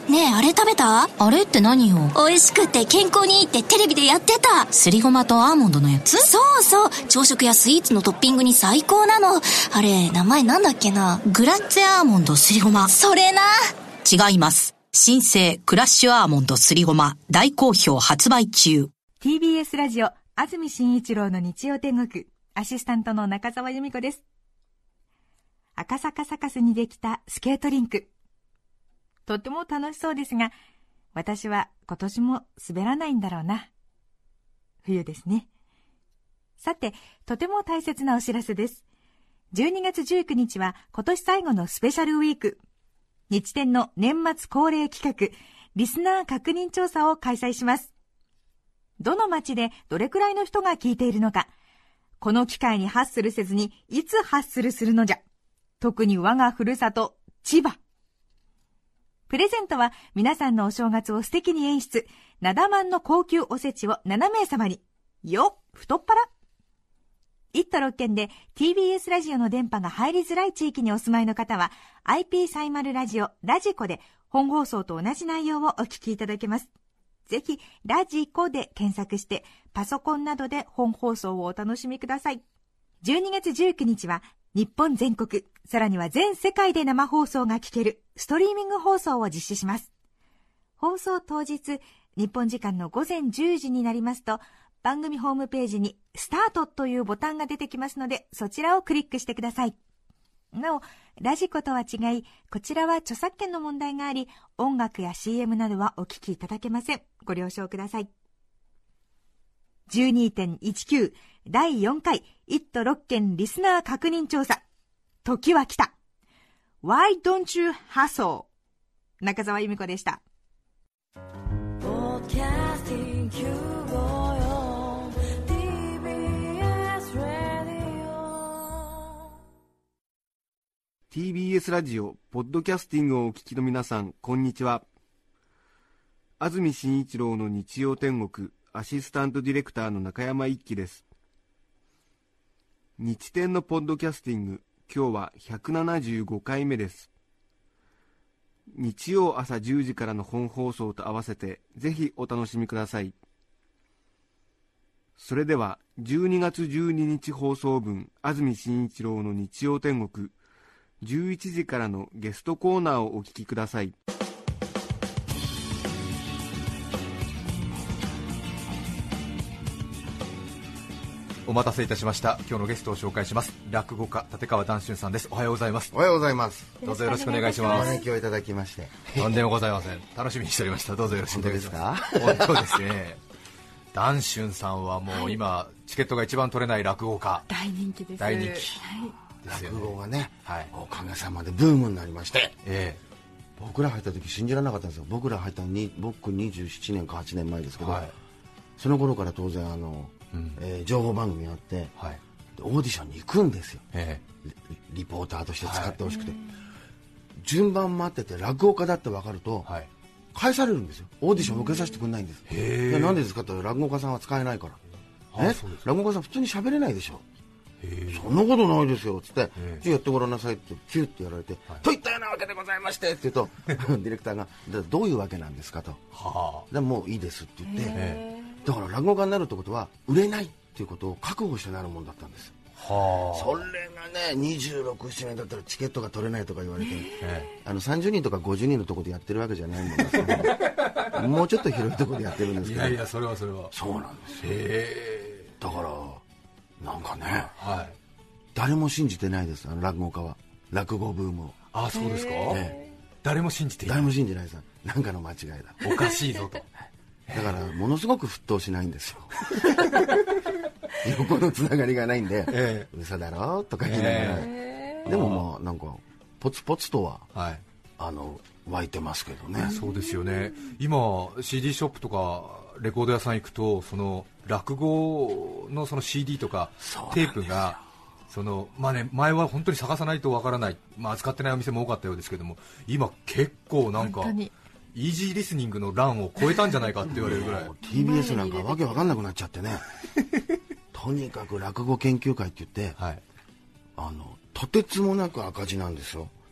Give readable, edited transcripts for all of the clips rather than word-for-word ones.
ねえ、あれ食べた？ あれって何よ？ 美味しくて健康にいいってテレビでやってた。 すりごまとアーモンドのやつ？ そうそう、朝食やスイーツのトッピングに最高なの。あれ、名前なんだっけな。 グラッツェアーモンドすりごま。 それな。 違います。新生クラッシュアーモンドすりごま、大好評発売中。 TBS ラジオ安住紳一郎の日曜天国、アシスタントの中澤由美子です。赤坂サカスにできたスケートリンク、とっても楽しそうですが、私は今年も滑らないんだろうな。冬ですね。さて、とても大切なお知らせです。12月19日は今年最後のスペシャルウィーク、日天の年末恒例企画、リスナー確認調査を開催します。どの町でどれくらいの人が聞いているのか、この機会にハッスルせずにいつハッスルするのじゃ。特に我がふるさと千葉。プレゼントは皆さんのお正月を素敵に演出、なだまんの高級おせちを7名様に。よっ、太っ腹。1都6県で TBS ラジオの電波が入りづらい地域にお住まいの方は IP サイマルラジオラジコで本放送と同じ内容をお聞きいただけます。ぜひラジコで検索してパソコンなどで本放送をお楽しみください。12月19日は日本全国、さらには全世界で生放送が聞けるストリーミング放送を実施します。放送当日、日本時間の午前10時になりますと、番組ホームページにスタートというボタンが出てきますので、そちらをクリックしてください。なお、ラジコとは違い、こちらは著作権の問題があり、音楽や CM などはお聞きいただけません。ご了承ください。12.19 第4回1都6県リスナー確認調査。時は来た。Why don't you hustle? 中澤由美子でした。 TBS ラジオポッドキャスティングをお聞きの皆さん、こんにちは。安住紳一郎の日曜天国アシスタントディレクターの中山一輝です。日天のポッドキャスティング、今日は175回目です。日曜朝10時からの本放送と合わせてぜひお楽しみください。それでは12月12日放送分、安住紳一郎の日曜天国11時からのゲストコーナーをお聞きください。 お待たせいたしました。今日のゲストを紹介します。落語家立川談春さんです。おはようございます。 おはようございます。 どうぞよろしくお願いします。 お招きをいただきましてとんでもございません。楽しみにしておりました。どうぞよろしくお願いします。 本当ですか？ 本当ですね。談春さんはもう今、チケットが一番取れない落語家。 大人気です。 大人気、 ですよね。落語がね、 はい、 おかげさまでブームになりまして、僕ら入った時信じられなかったんですよ。僕ら入ったのに僕27年か8年前ですけど、はい、その頃から当然情報番組があって、はい、オーディションに行くんですよ、リポーターとして使ってほしくて、順番待ってて落語家だって分かると、返されるんですよ。オーディション受けさせてくれないんです。で、なんでですかって言ったら、落語家さんは使えないから。落語家さん普通に喋れないでしょ。そんなことないですよつって、やってごらんなさいってキュッてやられて、といったようなわけでございましてって言うとディレクターがどういうわけなんですかと、でもういいですって言って、だから落語家になるってことは売れないっていうことを覚悟してなるもんだったんです。それがね、26、7年だったらチケットが取れないとか言われて、30人とか50人のところでやってるわけじゃないんですけどもうちょっと広いところでやってるんですけど、 いやそれはそうなんですよ。だからなんかね、誰も信じてないです、落語家は。落語ブームを。 あ、そうですか？誰も信じていない。 誰も信じないです。なんかの間違いだ、 おかしいぞと。 だからものすごく沸騰しないんですよ。横のつながりがないんで、嘘だろとか言いながら、でもまあなんかポツポツとは、湧いてますけどね。 そうですよね。今 CD ショップとかレコード屋さん行くと、その落語のその CD とかテープが前は本当に探さないとわからない、扱ってないお店も多かったようですけども、今結構なんかイージーリスニングの欄を超えたんじゃないかって言われるぐらい TBS なんかわけわかんなくなっちゃってね。とにかく落語研究会って言って、とてつもなく赤字なんですよ。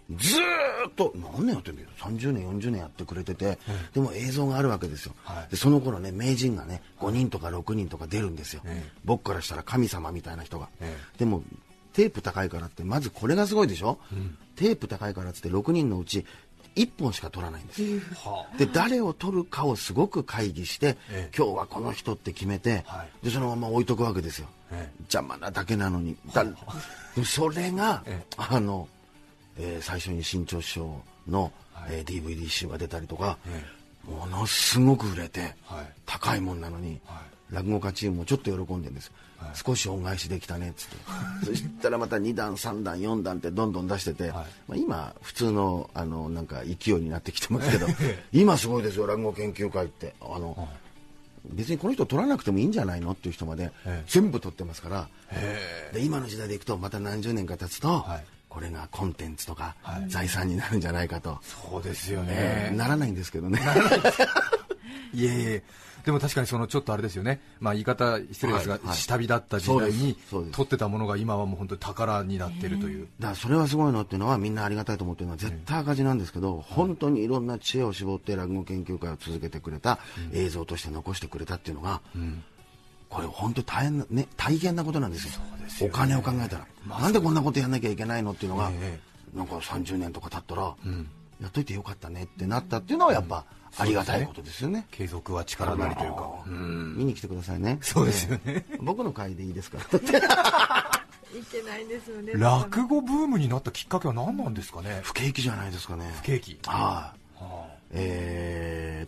ずーっと何年やってるんだよ、30年40年やってくれてて、でも映像があるわけですよ、でその頃ね名人がね5人とか6人とか出るんですよ、僕からしたら神様みたいな人が、でもテープ高いからってまずこれがすごいでしょ、テープ高いからっつって6人のうち1本しか取らないんです、で誰を取るかをすごく会議して、今日はこの人って決めて、でそのまま置いとくわけですよ、邪魔なだけなのにでもそれが、最初に新潮師匠の、DVD 集が出たりとか、ものすごく売れて、高いもんなのに、落語家チームもちょっと喜んでるんです、少し恩返しできたねっつってそしたらまた2段3段4段ってどんどん出してて、今普通のなんか勢いになってきてますけど今すごいですよ落語研究会って別にこの人取らなくてもいいんじゃないのっていう人まで全部取ってますから、で今の時代でいくとまた何十年か経つと、これがコンテンツとか財産になるんじゃないかと、 そうですよね、 ならないんですけどねいえいえ、でも確かにそのちょっとあれですよね、まあ、言い方失礼ですが、下火だった時代に取ってたものが今はもう本当に宝になっているという、 だからそれはすごいのっていうのはみんなありがたいと思ってるのは絶対赤字なんですけど、本当にいろんな知恵を絞って落語研究会を続けてくれた、映像として残してくれたっていうのが、これ本当に大変なことなんですよ、お金を考えたら、なんでこんなことやんなきゃいけないのっていうのが、なんか30年とか経ったら、やっといてよかったねってなったっていうのはやっぱ、ありがたいことですよね。 継続は力なりというか、 見に来てくださいね。 そうですよね。 僕の会でいいですから。 いけないんですよね。 落語ブームになったきっかけは何なんですかね。 不景気じゃないですかね。 不景気。 はい。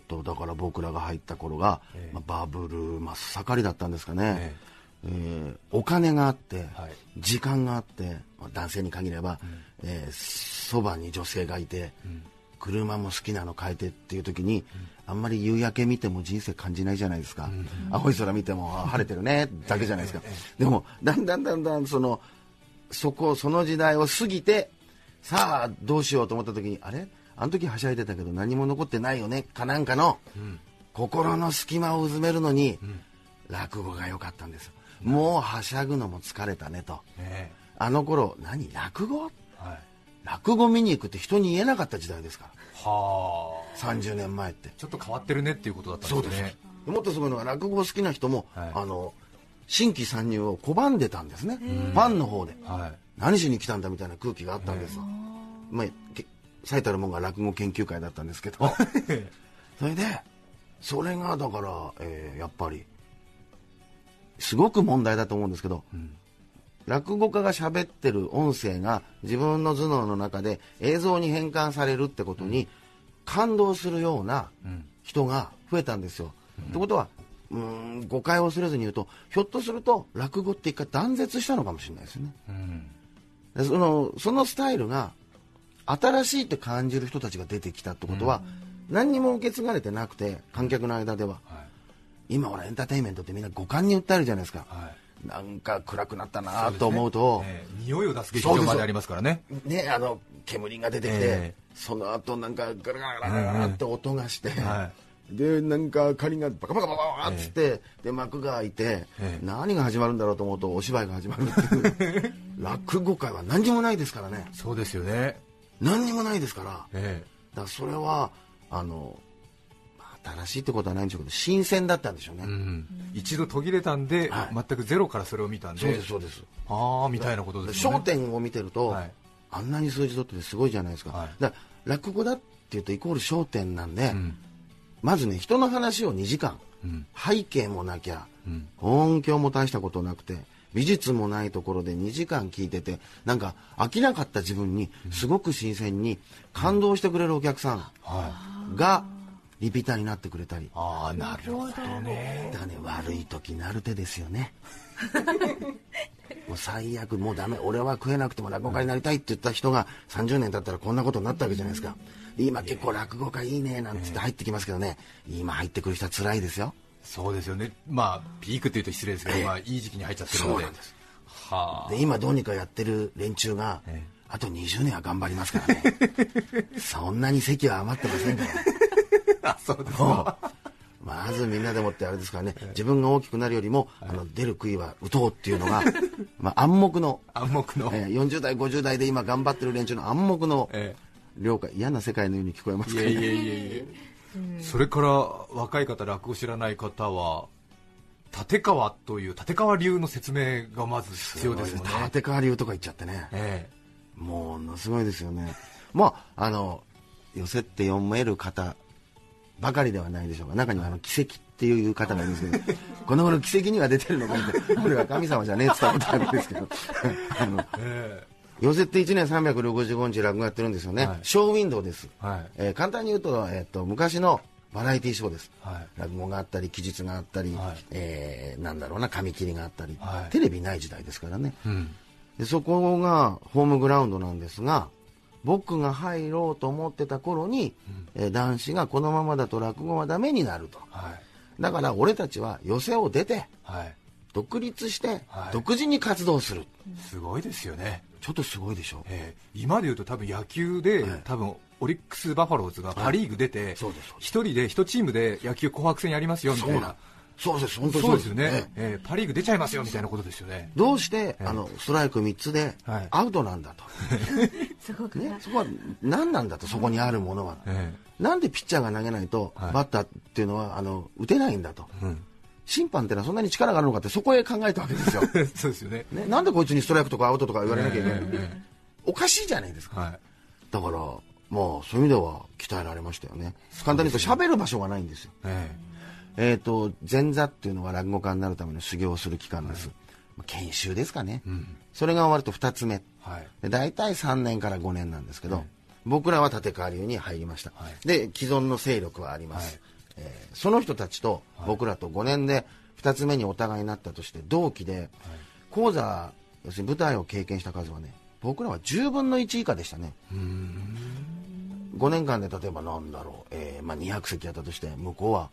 だから僕らが入った頃が、バブル真っ盛りだったんですかね。お金があって、時間があって、男性に限れば、そばに女性がいて。車も好きなの変えてっていう時に、あんまり夕焼け見ても人生感じないじゃないですか、青い空見ても晴れてるねだけじゃないですか、でもだんだんその時代を過ぎて、さあどうしようと思った時に、あれあの時はしゃいでたけど何も残ってないよねかなんかの、心の隙間をうずめるのに、落語が良かったんです。もうはしゃぐのも疲れたねと、あの頃落語、落語見に行くって人に言えなかった時代ですから、30年前ってちょっと変わってるねっていうことだったんですね。そうです。 もっとすごいのは落語好きな人も、新規参入を拒んでたんですね、ファンの方で、何しに来たんだみたいな空気があったんです、最たるもんが落語研究会だったんですけどそれでそれがだから、やっぱりすごく問題だと思うんですけど、落語家が喋ってる音声が自分の頭脳の中で映像に変換されるってことに感動するような人が増えたんですよ。ってことは誤解をすれずに言うと、ひょっとすると落語って一回断絶したのかもしれないですよね、そのスタイルが新しいって感じる人たちが出てきたってことは、何にも受け継がれてなくて、観客の間では、今ほらエンターテインメントってみんな五感に訴えるじゃないですか、なんか暗くなったなと思うと、 匂いを出す劇場までありますからね。 煙が出てきて、その後なんかガラガラガラって音がして、でなんか明かりがバカバカバカっつって、で幕が開いて、何が始まるんだろうと思うとお芝居が始まるっていう落語界は何にもないですからね。 そうですよね。 何にもないですから、だからそれは新しいってことはないんでしょうけど、新鮮だったんでしょうね、 一度途切れたんで、全くゼロからそれを見たんで、 そうですみたいなことですね。 笑点を見てると、あんなに数字取っててすごいじゃないですか、だから落語だっていうとイコール笑点なんで、まずね、人の話を2時間、背景もなきゃ、音響も大したことなくて、美術もないところで2時間聞いてて、なんか飽きなかった自分にすごく新鮮に感動してくれるお客さんがリピーターになってくれたり。 なるほどね。 だからね、悪い時なる手ですよねもう最悪、もうダメ、俺は食えなくても落語家になりたいって言った人が30年経ったらこんなことになったわけじゃないですか。今結構落語家いいねなんて言って入ってきますけどね、今入ってくる人は辛いですよ。 そうですよね。ピークって言うと失礼ですけど、いい時期に入っちゃってるので。 そうなんです。で今どうにかやってる連中が、あと20年は頑張りますからねそんなに席は余ってませんからそうですか。 まずみんなでもってあれですからね、自分が大きくなるよりも、出る杭は打とうっていうのが、暗黙の、40代50代で今頑張ってる連中の暗黙の了解、嫌な世界のように聞こえますけどね。 それから若い方、落語知らない方は立川という立川流の説明がまず必要ですもんね。 立川流とか言っちゃってね、ものすごいですよね。寄せって読める方ばかりではないでしょうが、中には奇跡っていう方がいるんですけどこの頃奇跡には出てるのかってこれは神様じゃねえって言ったことあるんですけど寄せって1年365日落語やってるんですよね、ショーウィンドウです、簡単に言うと、昔のバラエティーショーです、落語があったり記述があったり、なんだろうな、紙切りがあったり、テレビない時代ですからね、でそこがホームグラウンドなんですが、僕が入ろうと思ってた頃に、男子がこのままだと落語はダメになると、だから俺たちは寄せを出て、独立して、独自に活動する。 すごいですよね。 ちょっとすごいでしょ。 今でいうと多分野球で、多分オリックスバファローズがパリーグ出て、一人で一チームで野球紅白戦やりますよみたいな。 そうです、本当にそうですよね、パリーグ出ちゃいますよみたいなことですよね。 どうして、ストライク3つでアウトなんだと、そこは何なんだと、そこにあるものは、なんでピッチャーが投げないと、バッターっていうのは打てないんだと、審判ってのはそんなに力があるのかって、そこへ考えたわけですよそうですよね。 なんでこいつにストライクとかアウトとか言われなきゃいけないの、おかしいじゃないですか、だからそういう意味では鍛えられましたよね。簡単に言うと喋る場所がないんですよ。前座っていうのは落語家になるための修行をする期間です、研修ですかね、それが終わると2つ目、だいたい3年から5年なんですけど、僕らは立川流に入りました、で既存の勢力はあります、その人たちと僕らと5年で2つ目にお互いになったとして、同期で講座、要するに舞台を経験した数はね、僕らは10分の1以下でしたね。5年間で例えばなんだろう、200席やったとして、向こうは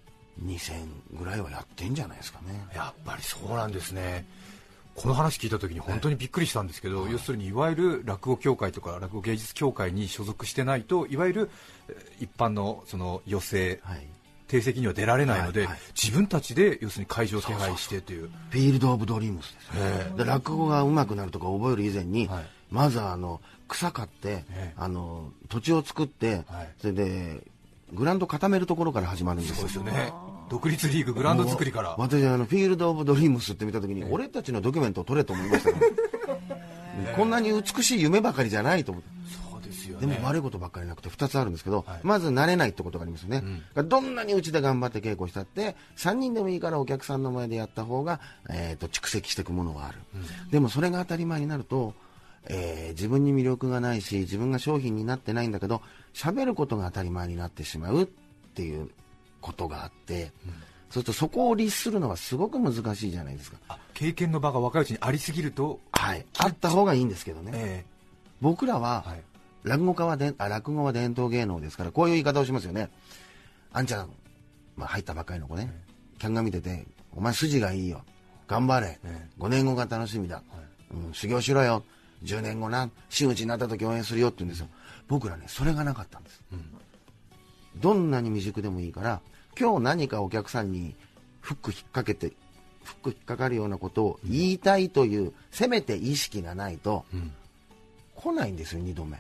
2000ぐらいはやってんじゃないですかね。 やっぱりそうなんですね。この話聞いた時に本当にびっくりしたんですけど、要するにいわゆる落語協会とか落語芸術協会に所属してないと、いわゆる一般のその寄席、定席には出られないので、自分たちで要するに会場を手配してという、 フィールドオブドリームスですよ、で落語が上手くなるとか覚える以前に、まず草買って、土地を作って、それでグラウンド固めるところから始まるんですよ。 そうですよね。独立リーググラウンド作りから。 私フィールドオブドリームスって見た時に、俺たちのドキュメントを撮れと思いましたねこんなに美しい夢ばかりじゃないと思って。 そうですよね。 でも悪いことばっかりなくて2つあるんですけど、まず慣れないってことがありますよね、どんなにうちで頑張って稽古したって3人でもいいからお客さんの前でやった方が、蓄積していくものはある、でもそれが当たり前になると、自分に魅力がないし、自分が商品になってないんだけど、喋ることが当たり前になってしまうっていうことがあって、そうするとそこを律するのはすごく難しいじゃないですか。 経験の場が若いうちにありすぎると、 あった方がいいんですけどね、僕らは、落語は伝統芸能ですから、こういう言い方をしますよね。あんちゃん、入ったばっかりの子ね、客が見てて、お前筋がいいよ、頑張れ、5年後が楽しみだ、修行しろよ、10年後な真打ちになった時応援するよって言うんですよ。僕らね、それがなかったんです、どんなに未熟でもいいから、今日何かお客さんにフック引っかかるようなことを言いたいという、せめて意識がないと、来ないんですよ、2度目、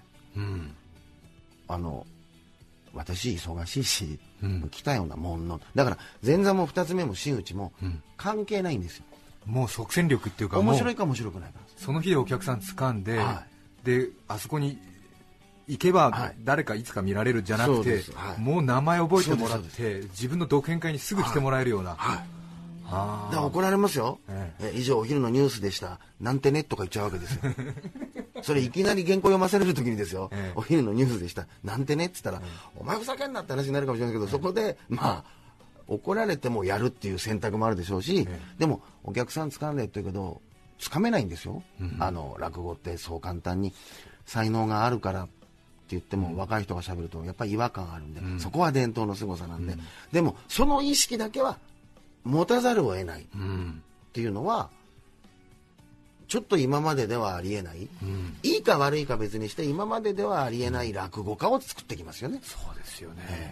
私忙しいし、来たようなもんの、だから前座も2つ目も真打ちも関係ないんですよ、 もう即戦力っていうか、 面白いか面白くないか、 その日でお客さん掴んで、であそこに行けば誰かいつか見られるじゃなくて、もう名前覚えてもらって、自分の独演会にすぐ来てもらえるような、 だから怒られますよ、以上お昼のニュースでしたなんてねとか言っちゃうわけですよそれいきなり原稿読まされる時にですよ、お昼のニュースでしたなんてねって言ったら、お前ふざけんなって話になるかもしれないけど、そこで怒られてもやるっていう選択もあるでしょうし、でもお客さん掴んでって言うけど掴めないんですよ、落語ってそう簡単に才能があるからって言っても、若い人がしゃべるとやっぱり違和感あるんで、そこは伝統の凄さなんで、でもその意識だけは持たざるを得ないっていうのは、ちょっと今までではありえない、いいか悪いか別にして今までではありえない落語家を作ってきますよね。 そうですよね。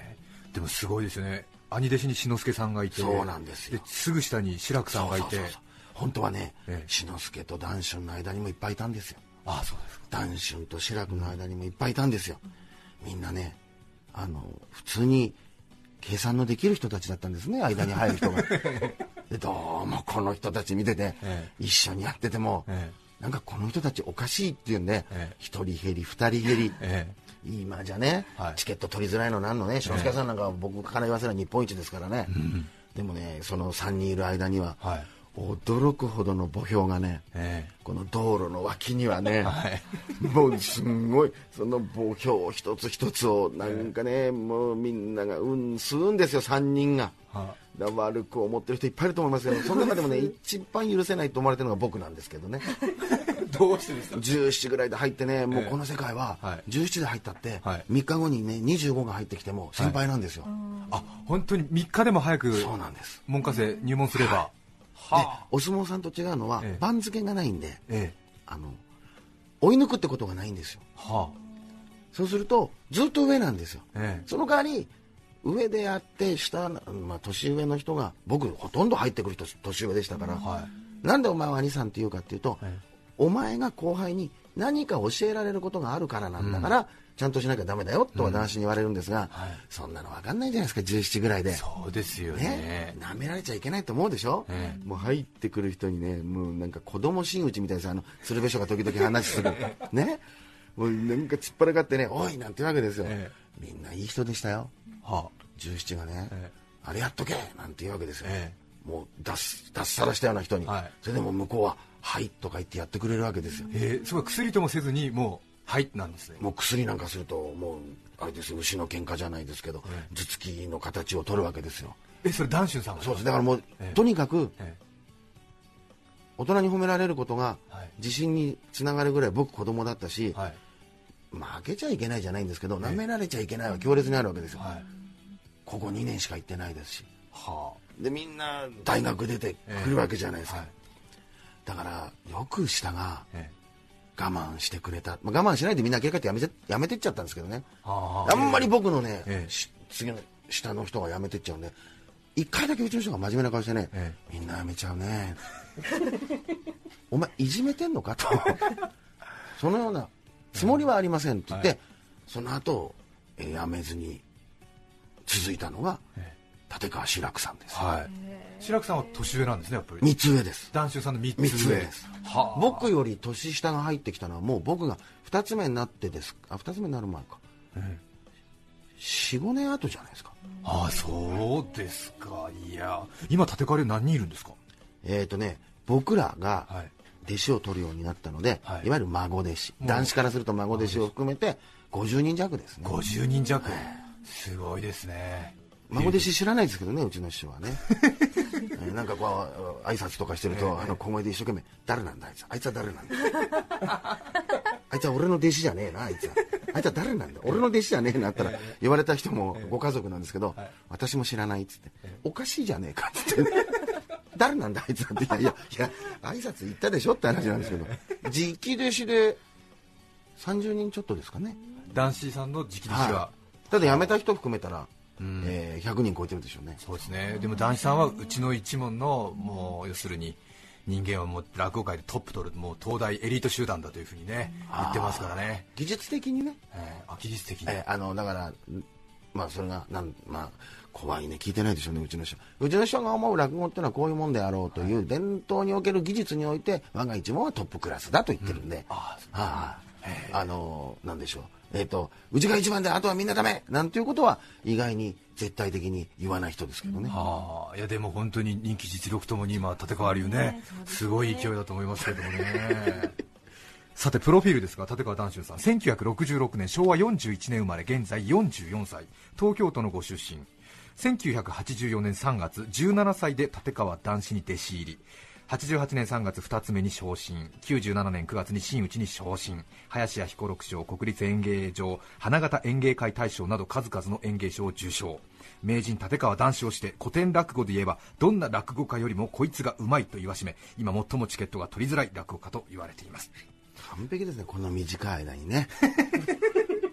でもすごいですよね、兄弟子に志の輔さんがいて、 そうなんですよ。 すぐ下に志らくさんがいて、 そう本当はね、志の輔と談春の間にもいっぱいいたんですよ。 ああ、そうですか。 談春と志らくの間にもいっぱいいたんですよ。みんなね、普通に計算のできる人たちだったんですね、間に入る人がでどうもこの人たち見てて、一緒にやってても、なんかこの人たちおかしいっていうんで、一人減り二人減り、今じゃね、チケット取りづらいのなんのね、志の輔さんなんか僕から言わせれば日本一ですからね、でもね、その3人いる間には、驚くほどの墓標がね、この道路の脇にはね、もうすんごいその墓標一つ一つをなんかね、もうみんなが吸うんですよ、3人が。悪く思ってる人いっぱいいると思いますけど、その中でもね一番許せないと思われてるのが僕なんですけどねどうしてですか。 17ぐらいで入ってね、もうこの世界は17で入ったって、3日後にね25が入ってきても先輩なんですよ。 あ、本当に3日でも早くそうなんです。 門下生入門すれば、 でお相撲さんと違うのは、番付がないんで、追い抜くってことがないんですよ。そうするとずっと上なんですよ。その代わり上でやって下、年上の人が、僕ほとんど入ってくる人年上でしたから、なんでお前は兄さんって言うかっていうと、お前が後輩に何か教えられることがあるからなんだから、ちゃんとしなきゃダメだよとは男子に言われるんですが、そんなの分かんないじゃないですか、17ぐらいで。 そうですよね。 舐められちゃいけないと思うでしょ。もう入ってくる人にね、もうなんか子供真打ちみたいな、鶴瓶師匠が時々話するね、もうなんか突っ張らかってね、おいなんてわけですよ。みんないい人でしたよ。17がね、あれやっとけなんて言うわけですよ。もう脱サラしたような人に、それでも向こうははいとか言ってやってくれるわけですよ。 すごい、薬ともせずにもうはいなんですね。 もう薬なんかするともうあれですよ、牛の喧嘩じゃないですけど、頭突きの形を取るわけですよ。 それ談春さんが。そうです。 だからもう、とにかく、大人に褒められることが自信につながるぐらい僕子供だったし、負けちゃいけないじゃないんですけど、舐められちゃいけないは強烈にあるわけですよ。ここ2年しか行ってないですし、でみんな大学出てくるわけじゃないですか。だからよく下が我慢してくれた、我慢しないでみんな結果ってやめてっちゃったんですけどね。あんまり僕のね、次の下の人がやめてっちゃうんで、1回だけうちの人が真面目な顔してね、みんなやめちゃうねお前いじめてんのかとそのようなつもりはありませんって言って、その後やめずに続いたのが立川志らくさんです。 志らくさんは年上なんですね、やっぱり。 3つ上です。 談春さんの3つ上です。僕より年下が入ってきたのはもう僕が2つ目になってです。2つ目になる前か、4、5年後じゃないですか。 そうですか。いや、今立川流何人いるんですか。 僕らが弟子を取るようになったので、いわゆる孫弟子、男子からすると孫弟子を含めて50人弱ですね。 50人弱、すごいですね。 孫弟子知らないですけどね、うちの師匠はねなんかこう挨拶とかしてると、小声で一生懸命誰なんだあいつは誰なんだあいつは俺の弟子じゃねえな、あいつは誰なんだ、俺の弟子じゃねえなったら言われた人もご家族なんですけど、私も知らないっつって、おかしいじゃねえかっつって誰なんだあいつはって、いや挨拶言ったでしょって話なんですけど、直弟子で30人ちょっとですかね、 男子さんの直弟子は。 ただ辞めた人含めたら100人超えてるでしょうね。 そうですね。でも談志さんはうちの一門の、もう要するに人間はもう落語界でトップ取る、もう東大エリート集団だというふうにね言ってますからね。 技術的にね、 技術的に、 だからそれが怖いね、聞いてないでしょうね、うちの人が思う落語ってのはこういうもんであろうという、伝統における技術において我が一門はトップクラスだと言ってるんで、なんでしょう、うちが一番であとはみんなダメなんていうことは意外に絶対的に言わない人ですけどね。 いやでも本当に人気実力ともに今立川流ね、すごい勢いだと思いますけどもねさてプロフィールですが、立川談春さん1966年昭和41年生まれ、現在44歳、東京都のご出身。1984年3月17歳で立川談志に弟子入り、88年3月2つ目に昇進、97年9月に真打ちに昇進、林家彦六賞、国立演芸場花形演芸会大賞など数々の演芸賞を受賞。名人立川談志をして古典落語で言えばどんな落語家よりもこいつがうまいと言わしめ、今最もチケットが取りづらい落語家と言われています。 完璧ですね、この短い間にね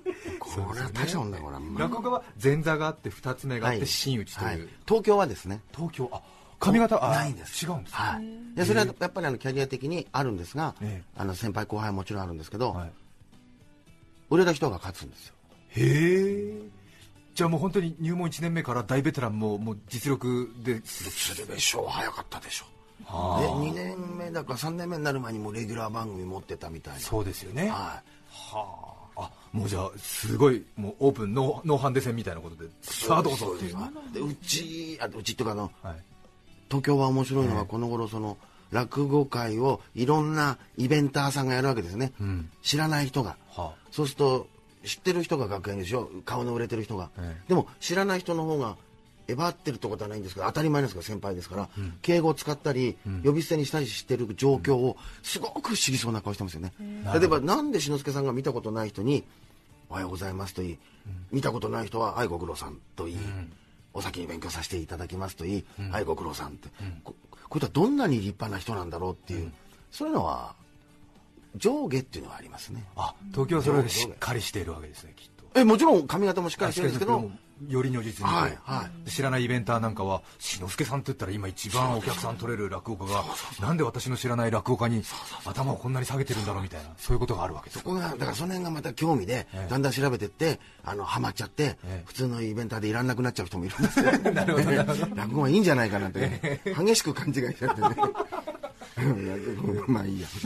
これは大したもんだよ、これは。 落語家は前座があって2つ目があって真打ちという、 東京はですね、 東京、髪型ないんです。 違うんです、 でそれはやっぱりキャリア的にあるんですが、先輩後輩はもちろんあるんですけど、売れた人が勝つんですよ。 へえ。じゃあもう本当に入門1年目から大ベテランも実力で。 鶴瓶師匠は早かったでしょ。で2年目だか3年目になる前にもうレギュラー番組持ってたみたいな。 そうですよね。もうじゃあすごいもうオープンノーハンデ戦みたいなことで、さあどうぞっていう。 でうちっていうか東京は面白いのは、この頃その落語界をいろんなイベンターさんがやるわけですね、知らない人が、そうすると知ってる人が楽屋にでしょ、顔の売れてる人が、でも知らない人の方がえばってるってことはないんですけど、当たり前ですから先輩ですから、敬語を使ったり、呼び捨てにしたりしてる状況をすごく不思議そうな顔してますよね。例えばなんで志の輔さんが見たことない人におはようございますといい、見たことない人ははいご苦労さんといい、お先に勉強させていただきますといい、はいご苦労さんって、こういうことはどんなに立派な人なんだろうっていう、そういうのは上下っていうのはありますね。 東京はそれでしっかりしているわけですね、きっと。 もちろん髪型もしっかりしてるんですけど、 より如実に、知らないイベンターなんかは志の輔さんといったら今一番お客さん取れる落語家がなんで私の知らない落語家に頭をこんなに下げてるんだろうみたいな、そういうことがあるわけです。 そこがだからその辺がまた興味で、だんだん調べていってハマっちゃって、普通のイベンターでいらんなくなっちゃう人もいるんですよ。落語はいいんじゃないかなって、激しく勘違いしちゃってね。まあいいや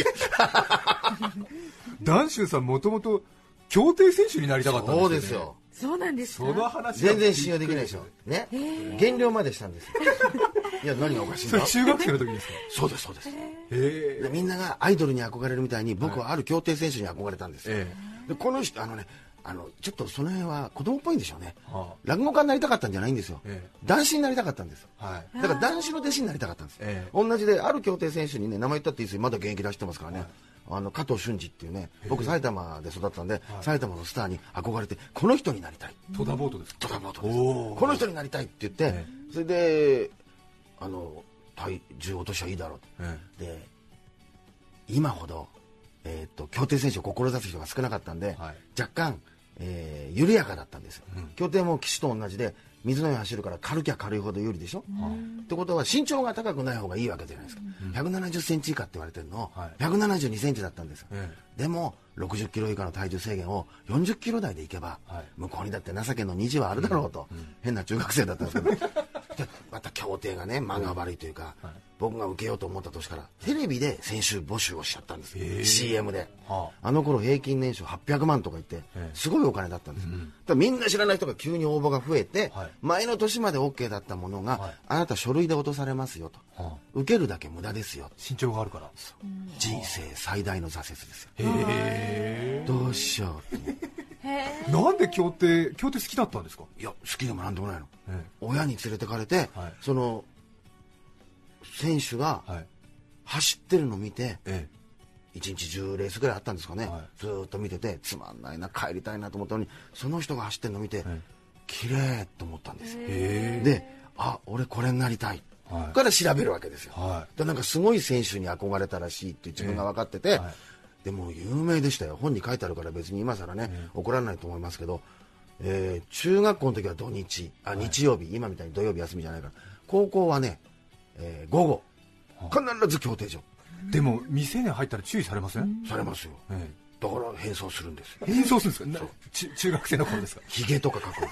談春さんもともと競艇選手になりたかったんですよね。 そうですよ。 そうなんですか。 その話全然信用できないでしょね。減量までしたんですよ。いや何がおかしいんだ。 中学生の時ですか。 そうですそうです。でみんながアイドルに憧れるみたいに僕はある競艇選手に憧れたんですよ。でこの人ちょっとその辺は子供っぽいんでしょうね。落語家になりたかったんじゃないんですよ。男子になりたかったんです。だから男子の弟子になりたかったんです。同じである競艇選手にね、名前言ったっていいですよ。まだ現役出してますからね。加藤俊二っていうね、僕埼玉で育ったんで、埼玉のスターに憧れてこの人になりたい。 戸田ボートですか。 戸田ボートです。この人になりたいって言って、それで体重落としはいいだろうと。で今ほど競艇選手を志す人が少なかったんで、若干緩やかだったんですよ。競艇も騎手と同じで水の上走るから軽きゃ軽いほど有利でしょ。ってことは身長が高くない方がいいわけじゃないですか。170センチ以下って言われてるの172センチだったんですよ。でも60キロ以下の体重制限を40キロ台でいけば、向こうにだって情けの20はあるだろうと、変な中学生だったんですけどまた競艇がね間が悪いというか、僕が受けようと思った年からテレビで選手募集をしちゃったんです、CM で。あの頃平均年収800万とか言ってすごいお金だったんです。だからみんな知らない人が急に応募が増えて、前の年まで OK だったものが、あなた書類で落とされますよと、受けるだけ無駄ですよ、 身長があるから。 人生最大の挫折ですよ。どうしようって。 なんで競艇好きだったんですか。 いや好きでもなんでもないの。親に連れてかれて、その選手が走ってるのを見て、1日10レースぐらいあったんですかね、ずーっと見ててつまんないな帰りたいなと思ったのに、その人が走ってるのを見て、綺麗と思ったんですよ。で俺これになりたい、から調べるわけですよ。でなんかすごい選手に憧れたらしいって自分が分かってて、でも有名でしたよ。本に書いてあるから別に今更ね、怒らないと思いますけど、中学校の時は日曜日、今みたいに土曜日休みじゃないから、高校はね、午後必ず競艇場。 でも未成年入ったら注意されません？ されますよ。だから変装するんですよ。 変装するんですか。中学生の頃ですか。 ヒゲとか描く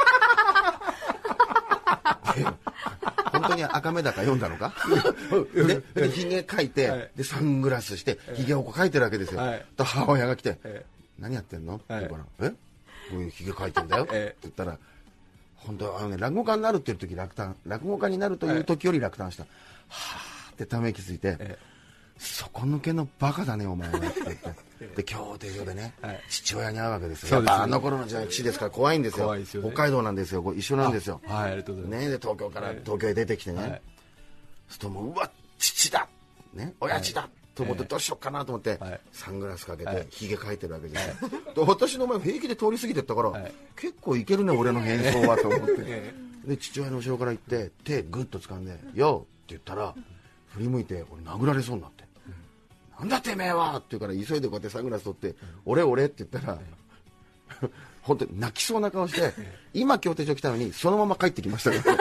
本当に赤目だか読んだのかでヒゲ描いて、でサングラスしてヒゲをこう描いてるわけですよ。と母親が来て、何やってんのって言うから、こういうヒゲ描いてんだよって言ったら、本当落語家になるっていう時落語家になるという時より落胆した。はーってため息ついて、底抜けのバカだねお前はって言ってで競艇場でね、父親に会うわけですよ。やっぱあの頃の時代父ですから怖いんですよ。北海道なんですよ、一緒なんですよ。ね、で東京から東京へ出てきてね、するともううわ父だ、ね、親父だと思ってどうしようかなと思って、サングラスかけてひげ描いてるわけですよ。で私の前平気で通り過ぎてったから、結構いけるね俺の変装はと思ってで父親の後ろから行って手グッと掴んで「よ」って言ったら振り向いて俺殴られそうになって、なんだてめえはって言うから急いでこうやってサングラス取って俺って言ったら本当に泣きそうな顔して今競艇場来たのにそのまま帰ってきましたから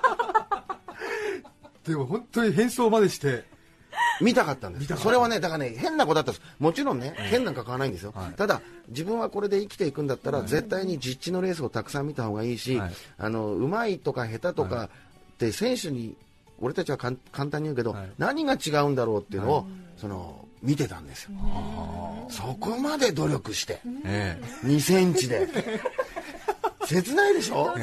でも本当に変装までして見たかったんです。それはね、だからね、変なことだったんです。もちろんね、変なんか買わないんですよ、ただ自分はこれで生きていくんだったら、絶対に実地のレースをたくさん見た方がいいし、うまいとか下手とかって選手に俺たちは簡単に言うけど、何が違うんだろうっていうのを、見てたんですよ。そこまで努力して、2センチで切ないでしょ。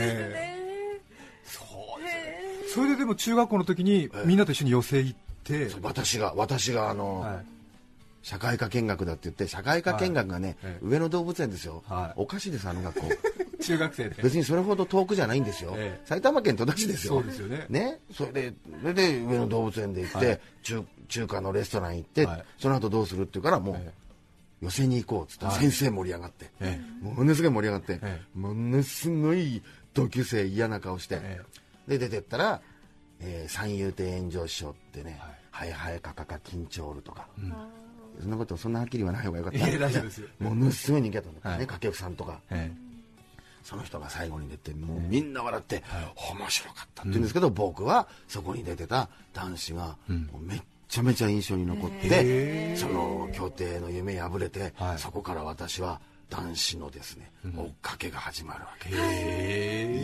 それででも中学校の時にみんなと一緒に寄席行って、 私が社会科見学だって言って、社会科見学がね、上野動物園ですよ、おかしいです、あの学校中学生で別にそれほど遠くじゃないんですよ、埼玉県戸田市ですよ。 そうですよね。 それで上野動物園で行って、中華のレストラン行って、その後どうするって言うからもう、寄席に行こうっつって、先生盛り上がって、ものすごい盛り上がって、ものすごい同級生嫌な顔して、で出てったら、三遊亭炎上師匠ってね、はいはいかかか緊張るとか、そんなことそんなはっきり言わない方がよかった。 大丈夫ですよ。 ものすごい人気だったんだね、掛布さんとか、その人が最後に出て、もうみんな笑って、面白かったって言うんですけど、僕はそこに出てた男子がもうめっちゃめちゃ印象に残って、その競艇の夢破れて、そこから私は男子のですね、追っかけが始まるわけです。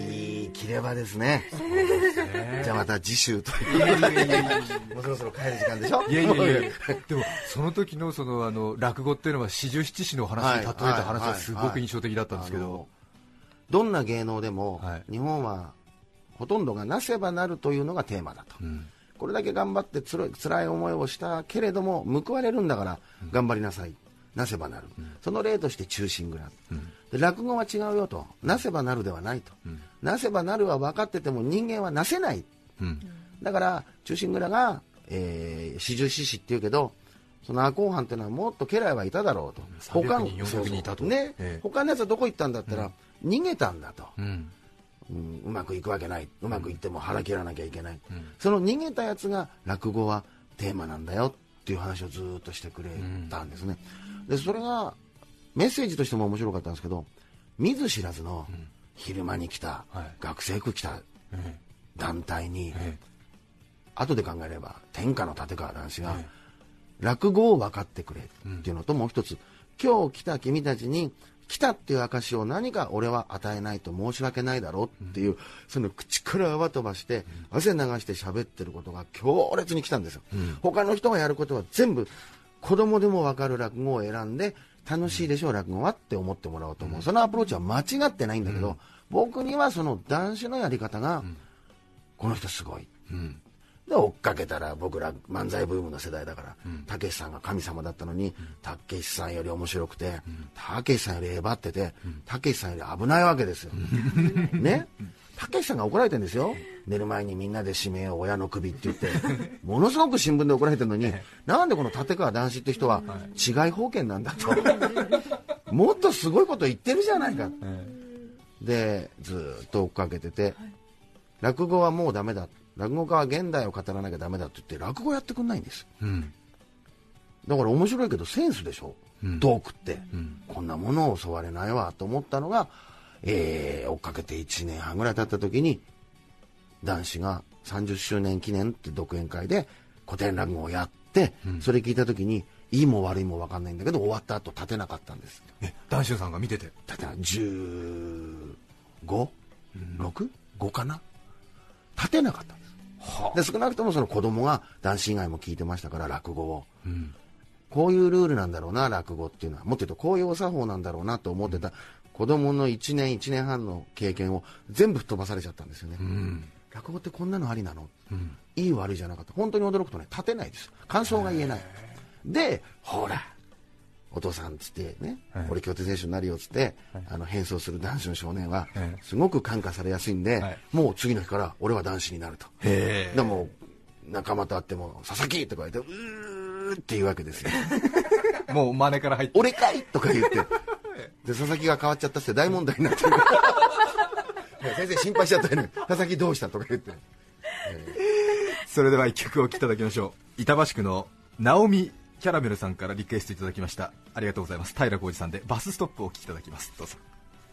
いい切れ場ですね。じゃあまた次週というもうそろそろ帰る時間でしょ。 いやでもその時の落語っていうのは四十七士の話に例えた話がすごく印象的だったんですけど、 どんな芸能でも日本はほとんどがなせばなるというのがテーマだと、これだけ頑張ってつらい思いをしたけれども報われるんだから頑張りなさい、なせばなる、その例として忠臣蔵、で落語は違うよと、なせばなるではないと、なせばなるは分かってても人間はなせない、だから忠臣蔵が四十四士っていうけど、その赤穂藩っていうのはもっと家来はいただろうと、 300人400人いたと、 他のやつはどこ行ったんだったら、逃げたんだと、うまくいくわけない、うまくいっても腹切らなきゃいけない、その逃げたやつが落語はテーマなんだよっていう話をずっとしてくれたんですね。でそれがメッセージとしても面白かったんですけど、見ず知らずの昼間に来た、学生服着た団体に、後で考えれば天下の立川談志が、落語を分かってくれっていうのと、もう一つ、今日来た君たちに来たっていう証を何か俺は与えないと申し訳ないだろうっていう、その口から泡飛ばして汗流して喋ってることが強烈に来たんですよ、他の人がやることは全部子供でも分かる落語を選んで、楽しいでしょう落語はって思ってもらおうと思う、そのアプローチは間違ってないんだけど、僕にはその男子のやり方が、この人すごい、で追っかけたら、僕ら漫才ブームの世代だからたけしさんが神様だったのに、たけしさんより面白くて、たけしさんよりえばってて、たけしさんより危ないわけですよね。たけしさんが怒られてるんですよ、寝る前にみんなで締めよう親の首って言ってものすごく新聞で怒られてるのに、なんでこの立川談志って人は違い封建なんだともっとすごいこと言ってるじゃないか、でずっと追っかけてて、落語はもうダメだ、落語家は現代を語らなきゃダメだって言って落語やってくんないんです、だから面白いけどセンスでしょ、トークって、こんなものを教われないわと思ったのが、追っかけて1年半ぐらい経った時に、男子が30周年記念って独演会で古典落語をやって、それ聞いた時にいいも悪いも分かんないんだけど、終わった後立てなかったんです。 談春さんが見てて立てない、15、6かな、立てなかったんです、で少なくともその子供が男子以外も聞いてましたから、落語を、こういうルールなんだろうな落語っていうのは、もっと言うとこういうお作法なんだろうなと思ってた子供の1年半の経験を全部吹っ飛ばされちゃったんですよね、落語ってこんなのありなの、いい悪いじゃなかった、本当に驚くとね、立てないです、感想が言えない、でほらお父さんっつってね、俺競艇選手になるよっつって、変装する男子の少年はすごく感化されやすいんで、もう次の日から俺は男子になると、でも仲間と会っても佐々木とか言ってうーって言うわけですよもう真似から入って俺かいとか言ってで佐々木が変わっちゃったって大問題になってる先生心配しちゃったよね、佐々木どうしたとか言って、 それでは一曲お聴きいただきましょう。板橋区の直美キャラメルさんからリクエストいただきました。ありがとうございます。平浩二さんでバスストップをお聴きいただきます。どうぞ。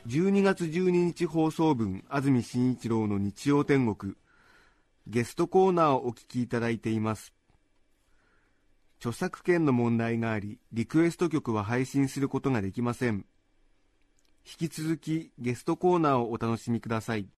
12月12日放送分安住紳一郎の日曜天国、ゲストコーナーをお聞きいただいています。著作権の問題があり、リクエスト曲は配信することができません。引き続きゲストコーナーをお楽しみください。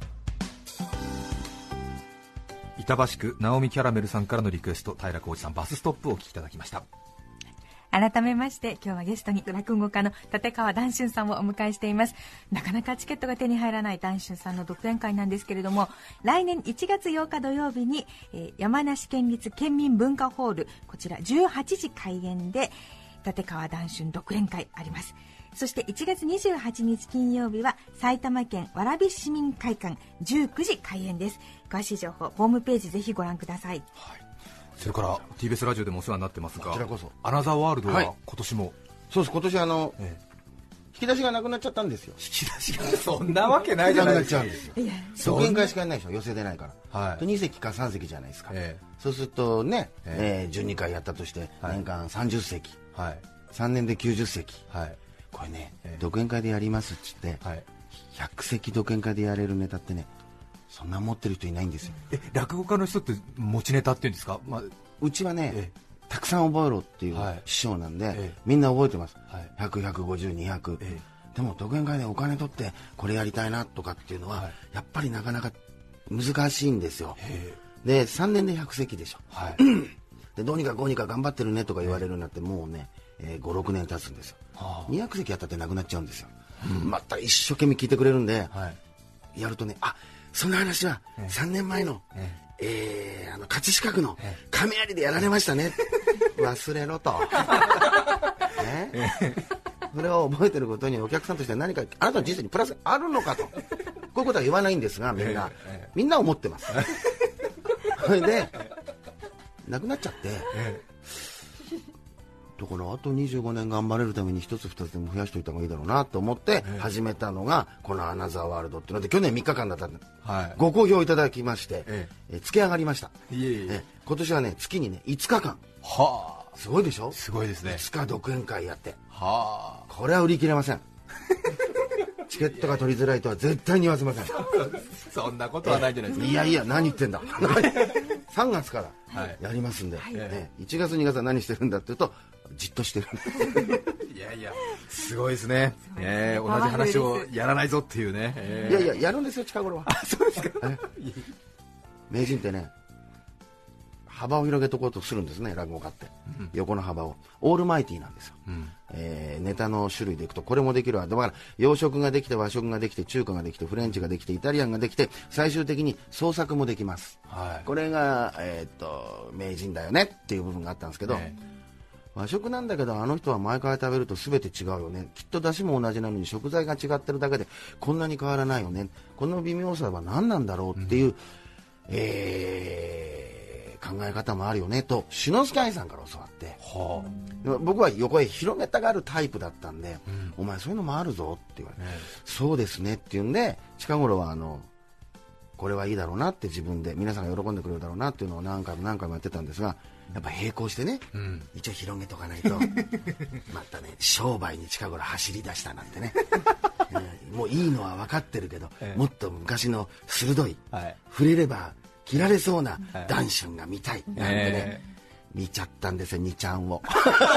板橋区ナオミキャラメルさんからのリクエスト、平浩二さん、バスストップをお聞きいただきました。 改めまして今日はゲストに落語家の立川談春さんをお迎えしています。なかなかチケットが手に入らない談春さんの独演会なんですけれども、来年1月8日土曜日に、山梨県立県民文化ホール、こちら18時開演で立川談春独演会あります。そして1月28日金曜日は埼玉県蕨市民会館19時開演です。詳しい情報ホームページぜひご覧ください。 はい、それから TBS ラジオでもお世話になってますが、 こちらこそアナザーワールドはいは今年も、 そうです、今年引き出しがなくなっちゃったんですよ。 引き出しがそんなわけないじゃないですか。 なくなっちゃうんですよ。独演会しかやらないでしょ、寄せでないから、 はい、 2席か3席じゃないですか、そうするとね、12回やったとして年間30席、はい、3年で90席、はい、これね、独演会でやりますっつって、はい、100席独演会でやれるネタってね、そんな持ってる人いないんですよ。 落語家の人って持ちネタっていうんですか、 うちはね、たくさん覚えろっていう師匠なんで、みんな覚えてます、100、150、200、でも独演会でお金取ってこれやりたいなとかっていうのは、やっぱりなかなか難しいんですよ。で3年で100席でしょ、でどうにかこうにか頑張ってるねとか言われるようになってもうね、5、6年経つんですよ。200席やったってなくなっちゃうんですよ。また一生懸命聞いてくれるんで、やるとね、あ、その話は3年前の、葛飾区の亀有でやられましたね忘れろと、それを覚えてることにお客さんとして何かあなたの人生にプラスあるのかと、こういうことは言わないんですが、みんな思ってますそれでなくなっちゃって、だからあと25年頑張れるために一つ二つでも増やしておいた方がいいだろうなと思って始めたのがこのアナザーワールドっていうので、去年3日間だったんで、ご好評いただきまして、つけ上がりました。今年はね、月にね5日間、すごいでしょ。すごいですね。5日独演会やって、これは売り切れませんチケットが取りづらいとは絶対に言わせませんそんなことはないじゃないですか。 いやいや、何言ってんだ3月からやりますんで、1月2月は何してるんだっていうと、じっとしてるいやいや、すごいですね、同じ話をやらないぞっていうね、 いやいや、やるんですよ、近頃は。 そうですか名人ってね、幅を広げとこうとするんですね、落語家って、横の幅を。オールマイティーなんですよ、ネタの種類でいくとこれもできるわ。だから洋食ができて、和食ができて、中華ができて、フレンチができて、イタリアンができて、最終的に創作もできます、これが、名人だよねっていう部分があったんですけど、和食なんだけどあの人は毎回食べると全て違うよね、きっと出汁も同じなのに食材が違ってるだけでこんなに変わらないよね、この微妙さは何なんだろうっていう、考え方もあるよねと志の輔愛さんから教わって、僕は横へ広げたがるタイプだったんで、お前そういうのもあるぞって言われて、そうですねっていうんで、近頃はこれはいいだろうなって自分で皆さんが喜んでくれるだろうなっていうのを何回も何回もやってたんですが、やっぱ並行してね、一応広げとかないとまたね、商売に近頃走り出したなんてねもういいのは分かってるけど、もっと昔の鋭い、触れれば切られそうな談春が見たいなんでね、見ちゃったんですよ、2ちゃんを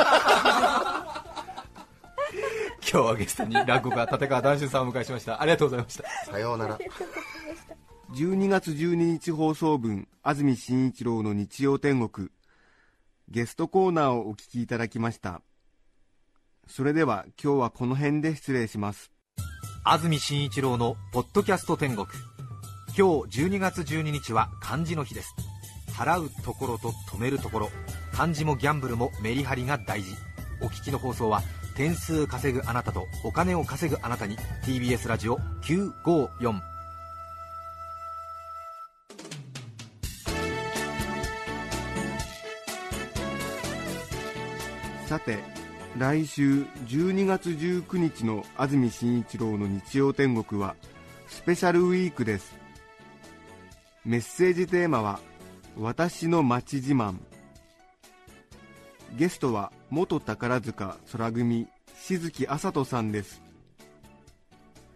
今日はゲストに落語家立川談春さんをお迎えしました。ありがとうございました。 さようなら。 12月12日放送分安住紳一郎の日曜天国、ゲストコーナーをお聞きいただきました。それでは今日はこの辺で失礼します。 安住紳一郎のポッドキャスト天国、今日12月12日は漢字の日です。払うところと止めるところ、漢字もギャンブルもメリハリが大事。お聞きの放送は点数稼ぐあなたとお金を稼ぐあなたに TBS ラジオ954。 さて、来週12月19日の安住紳一郎の日曜天国はスペシャルウィークです。メッセージテーマは私の町自慢。ゲストは元宝塚宙組静木麻人さんです。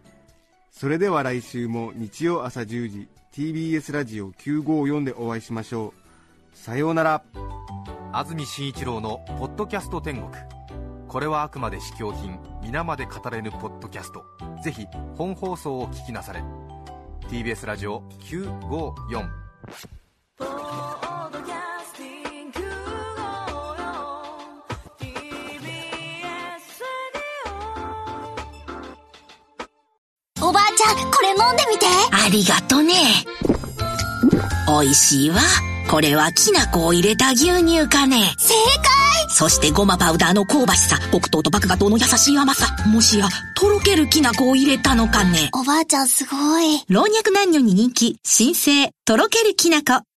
それでは来週も日曜朝10時 TBS ラジオ954でお会いしましょう。さようなら。 安住紳一郎のポッドキャスト天国。これはあくまで試供品、皆まで語れぬポッドキャスト。ぜひ本放送を聞きなされ。 TBS ラジオ954。 おばあちゃん、これ飲んでみて。 ありがとね。おいしいわ。これはきな粉を入れた牛乳かね。 正解。 そしてごまパウダーの香ばしさ、黒糖と麦芽糖の優しい甘さ。もしやとろけるきな粉を入れたのかね。 おばあちゃんすごい。 老若男女に人気、新生とろけるきな粉。